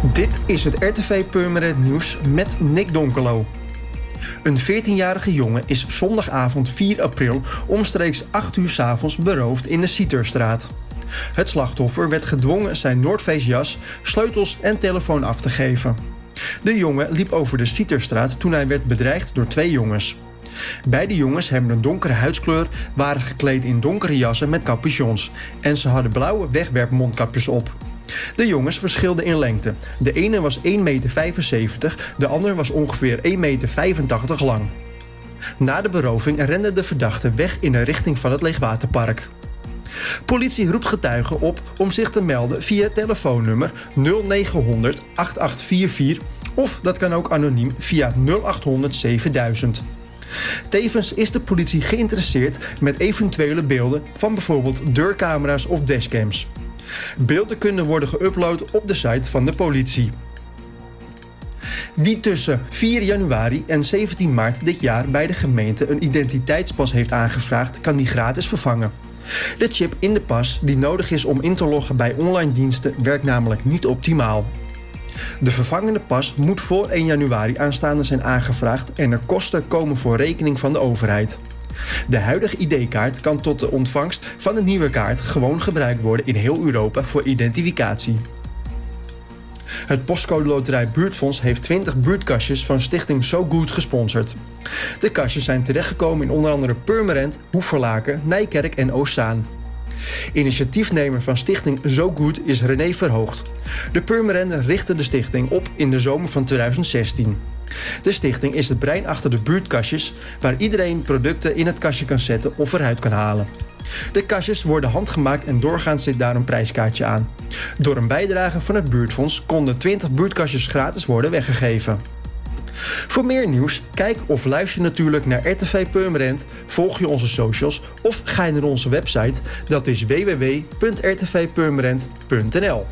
Dit is het RTV Purmerend Nieuws met Nick Donkelo. Een 14-jarige jongen is zondagavond 4 april omstreeks 8 uur 's avonds beroofd in de Citerstraat. Het slachtoffer werd gedwongen zijn Noordface-jas, sleutels en telefoon af te geven. De jongen liep over de Citerstraat toen hij werd bedreigd door 2 jongens. Beide jongens hebben een donkere huidskleur, waren gekleed in donkere jassen met capuchons en ze hadden blauwe wegwerpmondkapjes op. De jongens verschilden in lengte. De ene was 1,75 meter, de ander was ongeveer 1,85 meter lang. Na de beroving rende de verdachte weg in de richting van het Leegwaterpark. Politie roept getuigen op om zich te melden via telefoonnummer 0900 8844 of dat kan ook anoniem via 0800 7000. Tevens is de politie geïnteresseerd met eventuele beelden van bijvoorbeeld deurcamera's of dashcams. Beelden kunnen worden geüpload op de site van de politie. Wie tussen 4 januari en 17 maart dit jaar bij de gemeente een identiteitspas heeft aangevraagd, kan die gratis vervangen. De chip in de pas die nodig is om in te loggen bij online diensten werkt namelijk niet optimaal. De vervangende pas moet voor 1 januari aanstaande zijn aangevraagd en de kosten komen voor rekening van de overheid. De huidige ID-kaart kan tot de ontvangst van de nieuwe kaart gewoon gebruikt worden in heel Europa voor identificatie. Het Postcode Loterij Buurtfonds heeft 20 buurtkastjes van stichting So Good gesponsord. De kastjes zijn terechtgekomen in onder andere Purmerend, Hoeverlaken, Nijkerk en Oostzaan. Initiatiefnemer van stichting So Good is René Verhoogd. De Purmerenden richtten de stichting op in de zomer van 2016. De stichting is het brein achter de buurtkastjes, waar iedereen producten in het kastje kan zetten of eruit kan halen. De kastjes worden handgemaakt en doorgaans zit daar een prijskaartje aan. Door een bijdrage van het buurtfonds konden 20 buurtkastjes gratis worden weggegeven. Voor meer nieuws, kijk of luister natuurlijk naar RTV Purmerend, volg je onze socials of ga je naar onze website, dat is www.rtvpurmerend.nl.